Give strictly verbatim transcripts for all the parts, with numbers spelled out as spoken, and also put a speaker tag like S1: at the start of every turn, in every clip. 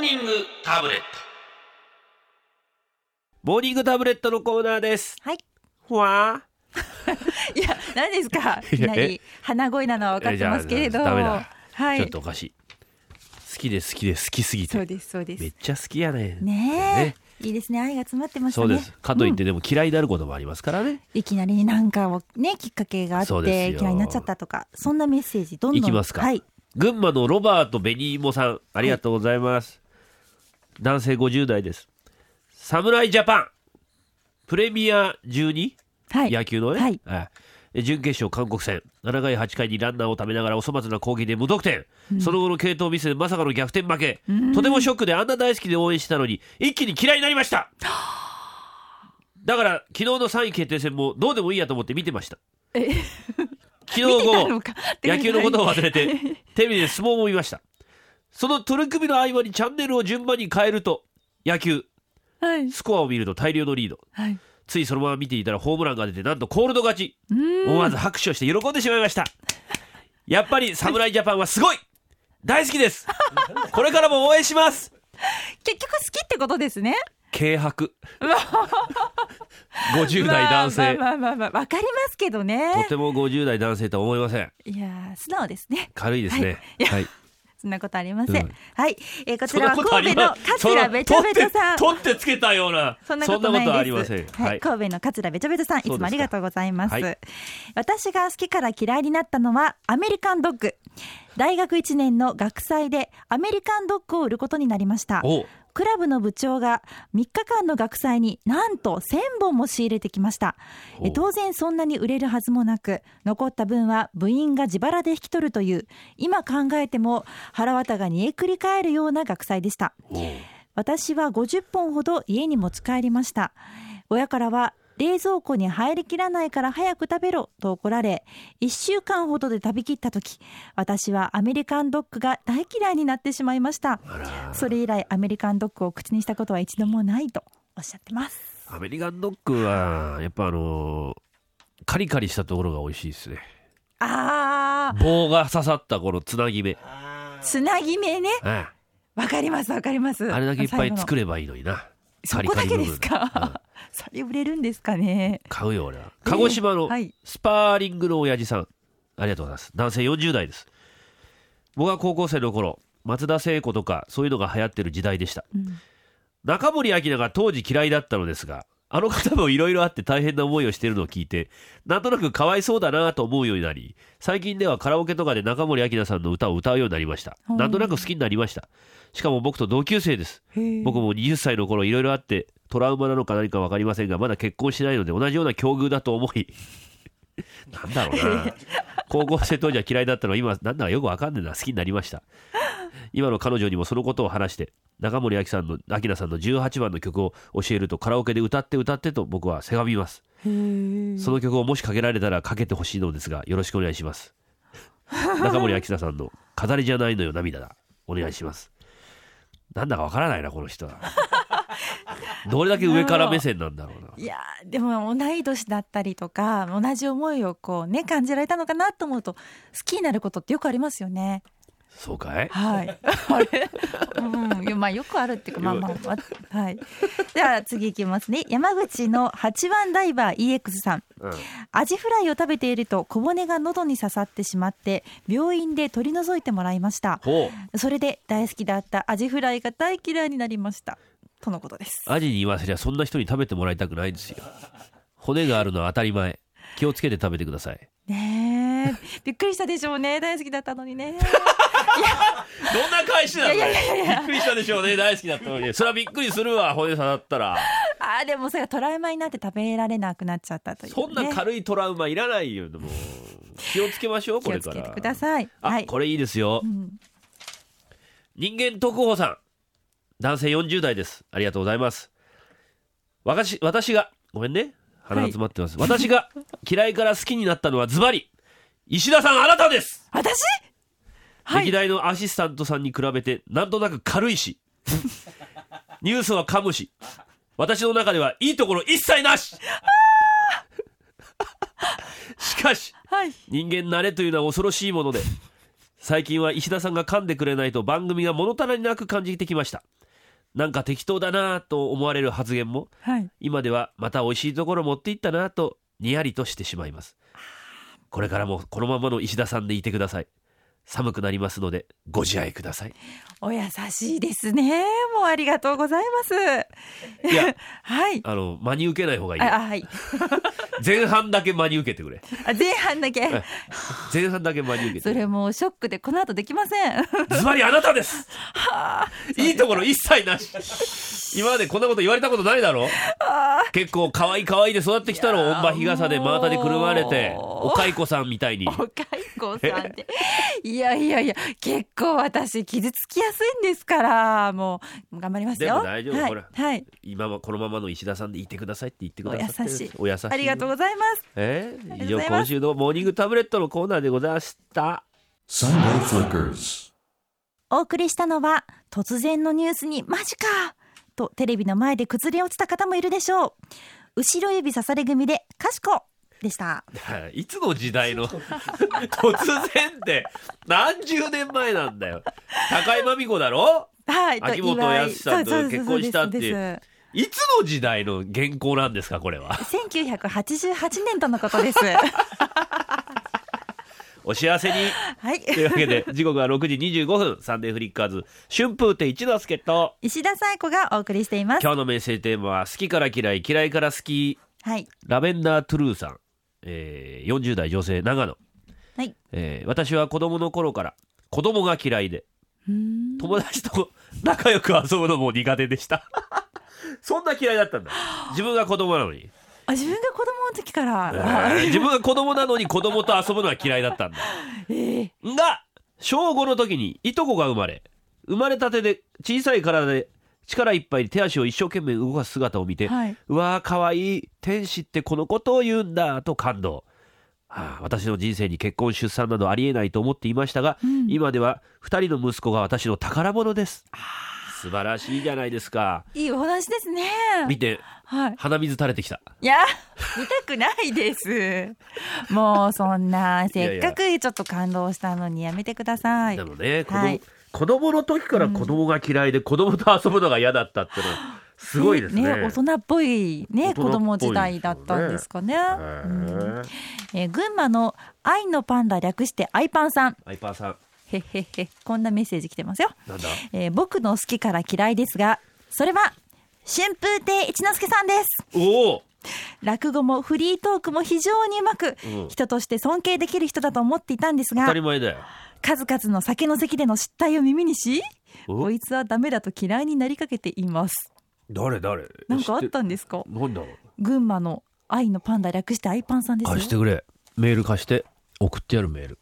S1: ニングタブレットモーニングタブレットのコーナーです。
S2: はい。
S1: ふわ
S2: いや、何ですか、いきなり鼻声なのは分かってますけれど、
S1: ダメだ、
S2: はい、
S1: ちょっとおかしい。好きで好きで好きすぎて。
S2: そうですそうです。
S1: めっちゃ好きやね。
S2: ねえ、ね、いいですね、愛が詰まってましたね。
S1: そうです。かといってでも嫌いになることもありますからね、うん、
S2: いきなりなんかをね、きっかけがあって嫌いになっちゃったとか、そんなメッセージどんどんい
S1: きますか。
S2: はい、
S1: 群馬のロバートベニーモさん、ありがとうございます、はい、男性ごじゅう代です。侍ジャパンプレミアじゅうに、はい、野球のね、はいはい、準決勝韓国戦ななかいはちかいにランナーをためながらお粗末な攻撃で無得点、うん、その後の継投ミスでまさかの逆転負け、うん、とてもショックであんな大好きで応援したのに一気に嫌いになりました。だから昨日のさんい決定戦もどうでもいいやと思って見てました。え昨日午後野球のことを忘れてテレビで相撲も見ました。その取り組みの合間にチャンネルを順番に変えると野球、はい、スコアを見ると大量のリード、はい、ついそのまま見ていたらホームランが出てなんとコールド勝ち。思わず拍手をして喜んでしまいました。やっぱり侍ジャパンはすごい大好きです。これからも応援します。
S2: 結局好きってことですね。軽
S1: 薄ごじゅう代男性、
S2: まあまあまあまあわかりますけどね。
S1: とてもごじゅう代男性とは思いません。
S2: いや素直ですね。
S1: 軽いですね。はい、はい、
S2: そんなことありません、うん、はい、えー、こちらは神戸の桂べちょべちょさん、
S1: 取ってつけたような、そんなことないです。そんなことありません、
S2: はいはい、神戸の桂べちょべちょさん、いつもありがとうございます。はい、私が好きから嫌いになったのはアメリカンドッグ。大学いちねんの学祭でアメリカンドッグを売ることになりました。クラブの部長がみっかかんの学祭になんとせんぼんも仕入れてきました。え当然そんなに売れるはずもなく、残った分は部員が自腹で引き取るという、今考えても腹渡が煮えくり返るような学祭でした。私はごじゅっぽんほど家に持ち帰りました。親からは冷蔵庫に入りきらないから早く食べろと怒られ、いっしゅうかんほどで食べきった時、私はアメリカンドッグが大嫌いになってしまいました。それ以来アメリカンドッグを口にしたことは一度もないとおっしゃってます。
S1: アメリカンドッグはやっぱあのー、カリカリしたところが美味しいですね。
S2: あー、
S1: 棒が刺さったこのつなぎ目、
S2: つなぎ目ね、わ、うん、かりますわかります。
S1: あれだけいっぱい作ればいいのにな。
S2: そこだけですか、うん、それ売れるんですかね。
S1: 買うよ俺は。鹿児島のスパーリングの親父さん、ありがとうございます。男性よんじゅう代です。僕は高校生の頃、松田聖子とかそういうのが流行ってる時代でした、うん、中森明菜が当時嫌いだったのですが、あの方もいろいろあって大変な思いをしているのを聞いて、なんとなくかわいそうだなと思うようになり、最近ではカラオケとかで中森明菜さんの歌を歌うようになりました。なんとなく好きになりました。しかも僕と同級生です。僕もはたちの頃いろいろあってトラウマなのか何か分かりませんが、まだ結婚してないので同じような境遇だと思いなんだろうな、高校生当時は嫌いだったのは今なんだかよく分かんないな、好きになりました。今の彼女にもそのことを話して、中森明菜さんの明菜さんのじゅうはちばんの曲を教えると、カラオケで歌って歌ってと僕はせがみます。その曲をもしかけられたらかけてほしいのですが、よろしくお願いします。中森明菜さんの飾りじゃないのよ涙だ、お願いします。なんだかわからないなこの人は。どれだけ上から目線なんだろうな。
S2: いやでも同い年だったりとか同じ思いをこうね感じられたのかなと思うと、好きになることってよくありますよね。
S1: そうかい、
S2: はい、あれ、うん、まあよくあるっていうか、まあまあ、はい。では次いきますね。山口のはちばんダイバー イーエックス さん、うん、アジフライを食べていると小骨が喉に刺さってしまって病院で取り除いてもらいました。それで大好きだったアジフライが大嫌いになりましたとのことです。
S1: アジに言わせりゃそんな人に食べてもらいたくないんですよ。骨があるのは当たり前、気をつけて食べてください
S2: ね。えびっくりしたでしょうね、大好きだったのにね。
S1: いやどんな返しなの。いやいやいやびっくりしたでしょうね、大好きだったのに。それはびっくりするわ、骨刺さったら。
S2: あでもそれがトラウマになって食べられなくなっちゃったという、ね、
S1: そんな軽いトラウマいらないよ。もう気をつけましょうこれから。
S2: 気をつけてください。
S1: あ、
S2: はい、
S1: これいいですよ、うん、人間特報さん、男性よんじゅう代です。ありがとうございます。私, 私がごめんね鼻が詰まってます、はい、私が嫌いから好きになったのはズバリ石田さん、あなたです。
S2: 私、
S1: はい、歴代のアシスタントさんに比べてなんとなく軽いしニュースは噛むし、私の中ではいいところ一切なししかし、はい、人間慣れというのは恐ろしいもので、最近は石田さんが噛んでくれないと番組が物足りなく感じてきました。 なんか適当だなと思われる発言も、はい、今ではまた美味しいところ持っていったなとにやりとしてしまいます。これからもこのままの石田さんでいてください。寒くなりますのでご自愛ください。
S2: お優しいですね。もうありがとうございます。
S1: いや、
S2: はい、
S1: あの真に受けない方がいい。
S2: あ、はい、前
S1: 半だけ真に受けてくれ。
S2: あ、前半だけ
S1: 前半だけ真に受けて。
S2: それもうショックでこの後できません。
S1: ズバリあなたです。はあ、いいところ一切なし。今までこんなこと言われたことないだろう。結構可愛い可愛いで育ってきたろ。おんば日傘で真綿でくるまれてお蚕さんみたいに。お
S2: 蚕さんっていやいやいや、結構私傷つきやすいんですから、もう頑張りますよ。
S1: でも大丈夫、はい、ほら、
S2: はい、
S1: 今はこのままの石田さんでいてくださいって言ってくださってる。
S2: お優しい、
S1: お優しい。
S2: ありがとうございます。
S1: えー、以上今週のモーニングタブレットのコーナーでございました。
S3: Sunday Flickers。
S2: お送りしたのは、突然のニュースにマジかとテレビの前で崩れ落ちた方もいるでしょう。後ろ指刺され組でかしこでした。
S1: いつの時代の突然って何十年前なんだよ。高井真美子だろ、
S2: はい、
S1: 秋元康さんと結婚したって、いつの時代の原稿なんですかこれは。
S2: せんきゅうひゃくはちじゅうはちねんとのことです。
S1: お幸せに、
S2: はい、
S1: というわけで時刻はろくじにじゅうごふん、サンデーフリッカーズ春風亭一之輔と
S2: 石田紗友子がお送りしています。
S1: 今日のメッセージテーマは好きから嫌い、嫌いから好き、はい、ラベンダートゥルーさん、えー、よんじゅう代女性長野、はい、えー、私は子供の頃から子供が嫌いで、うーん、友達と仲良く遊ぶのも苦手でした。そんな嫌いだったんだ。自分が子供なのに。
S2: あ、自分が子供の時から、
S1: えー、自分が子供なのに子供と遊ぶのは嫌いだったんだ。えー、が小ごの時にいとこが生まれ、生まれたてで小さい体で力いっぱい手足を一生懸命動かす姿を見て、はい、うわーかわいい、天使ってこのことを言うんだと感動、はあ、私の人生に結婚出産などありえないと思っていましたが、うん、今ではふたりの息子が私の宝物です。素晴らしいじゃないですか。
S2: いいお話ですね。
S1: 見て、はい、鼻水垂れてきた。
S2: いや、見たくないです。もうそんなせっかくちょっと感動したのにやめてください。
S1: でもね、子供、はい、子供の時から子供が嫌いで、うん、子供と遊ぶのが嫌だったってのはすごいですね。ね、大人っぽいね、子供時代だったんですかね。うん、えー、群馬の愛のパンダ略して愛パンさん。 愛パンさん。
S2: へへへ、こんなメッセージ来てますよ。
S1: なんだ、
S2: えー、僕の好きから嫌いですが、それは春風亭一之輔さんです。
S1: おお。
S2: 落語もフリートークも非常にうまく、うん、人として尊敬できる人だと思っていたんですが、
S1: 当たり前だよ。
S2: 数々の酒の席での失態を耳にし、こいつはダメだと嫌いになりかけています。
S1: 誰誰
S2: なんかあったんですか。
S1: なんだろう。
S2: 群馬の愛のパンダ略して愛パンさんですよ。
S1: 貸してくれ、メール貸して、送ってやるメール。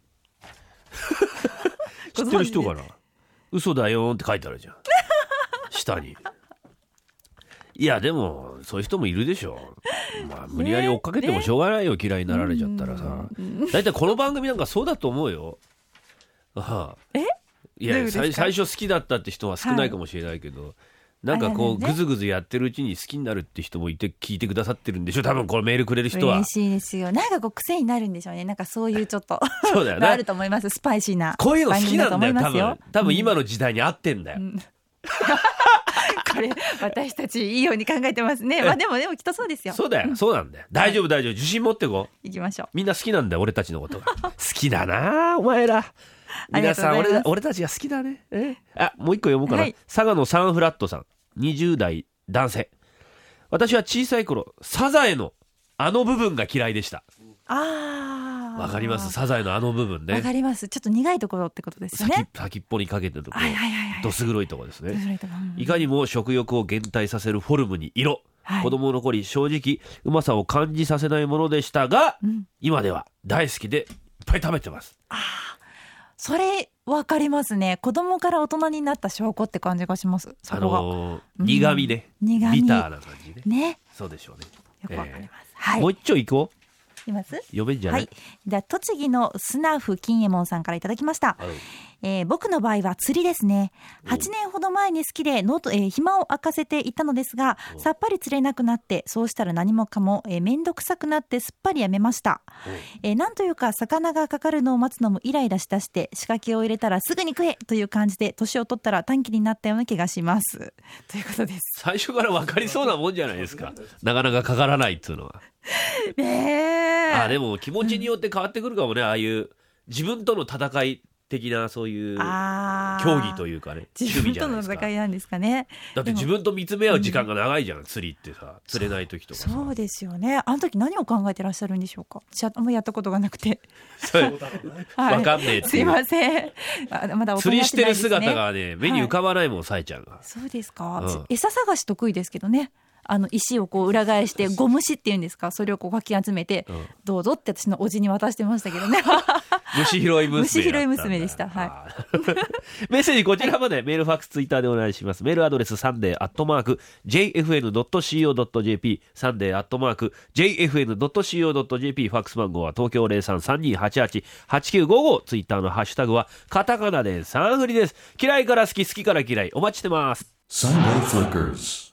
S1: 知ってる人かな。嘘だよって書いてあるじゃん下に。いやでもそういう人もいるでしょ、まあ、無理やり追っかけてもしょうがないよ、ね、嫌いになられちゃったらさ。だいたいこの番組なんかそうだと思うよ。ああ、えいや最初好きだったって人は少ないかもしれないけど、はい、なんかこうグズグズやってるうちに好きになるって人もいて聞いてくださってるんでしょ、多分このメールくれる人は。
S2: 嬉しいですよ。なんかこう癖になるんでしょうね。なんかそういうちょっと
S1: そうだよね
S2: あると思います。スパイシーな
S1: こういうの好きなんだよ、多分多分今の時代に合ってんだよ、うん、
S2: これ私たちいいように考えてますね。まあでもでもきっとそうですよ。
S1: そうだよ、そうなんだよ。大丈夫大丈夫、自信持ってこ
S2: う。行きましょう。
S1: みんな好きなんだよ俺たちのことが。好きだなお前ら皆さん。俺, 俺たちが好きだね。えあもう一個読もうかな、はい、佐賀のサンフラットさん、にじゅう代男性。私は小さい頃サザエのあの部分が嫌いでした。あわかります、サザエのあの部分ね。
S2: わかります。ちょっと苦いところってことですね。
S1: 先, 先っぽにかけてるところ、
S2: はいはいはいはい、
S1: どす黒いところですね。いかにも食欲を減退させるフォルムに色、はい、子供の頃正直うまさを感じさせないものでしたが、うん、今では大好きでいっぱい食べてます。
S2: あそれわかりますね。子供から大人になった証拠って感じがします。そこが、あのー、
S1: 苦味ね、うん、苦味ビターな感じね。
S2: ね、
S1: そうでしょうね。
S2: よくわかります、
S1: えーはい、もう一丁いこう。
S2: います
S1: 読めんじゃない、
S2: はい、では栃木のスナフ金右衛門さんからいただきました、はい。えー、僕の場合は釣りですね。はちねんほど前に好きでノート、えー、暇を空かせていたのですが、さっぱり釣れなくなって、そうしたら何もかも、えー、めんどくさくなってすっぱりやめました。えー、なんというか魚がかかるのを待つのもイライラしだして、仕掛けを入れたらすぐに食えという感じで、年を取ったら短期になったような気がしますということです。
S1: 最初から分かりそうなもんじゃないですか。なかなかかからないっていうのは
S2: ねえ。
S1: あでも気持ちによって変わってくるかもね、ああいう自分との戦い的なそういう競技というかね、
S2: 自分との戦いなんですかね。
S1: だって自分と見つめ合う時間が長いじゃん、うん、釣りってさ、釣れない時とかさ。
S2: そうですよね。あの時何を考えてらっしゃるんでしょうか。私はあんまやったことがなくて
S1: 分かんねえって。
S2: すいません、あまだ
S1: 釣りしてる姿がね目に浮かばないもん、はい、さえちゃんが。
S2: そうですか、うん、餌探し得意ですけどね。あの石をこう裏返してゴムシっていうんですか、それをこうかき集めて、うん、どうぞって私のおじに渡してましたけどね
S1: 虫拾い娘
S2: 虫拾い娘でした、はい、
S1: メッセージこちらまで、メールファックスツイッターでお願いします。メールアドレスサンデーアットマーク ジェイエフエヌドットシーオードットジェーピー サンデーアットマーク ジェイエフエヌドットシーオードットジェーピー ファックス番号は東京 ゼロさん さんにーはちはち はちきゅうごご、ツイッターのハッシュタグはカタカナでサンフリです。嫌いから好き、好きから嫌い、お待ちしてます。
S3: Sunday Flickers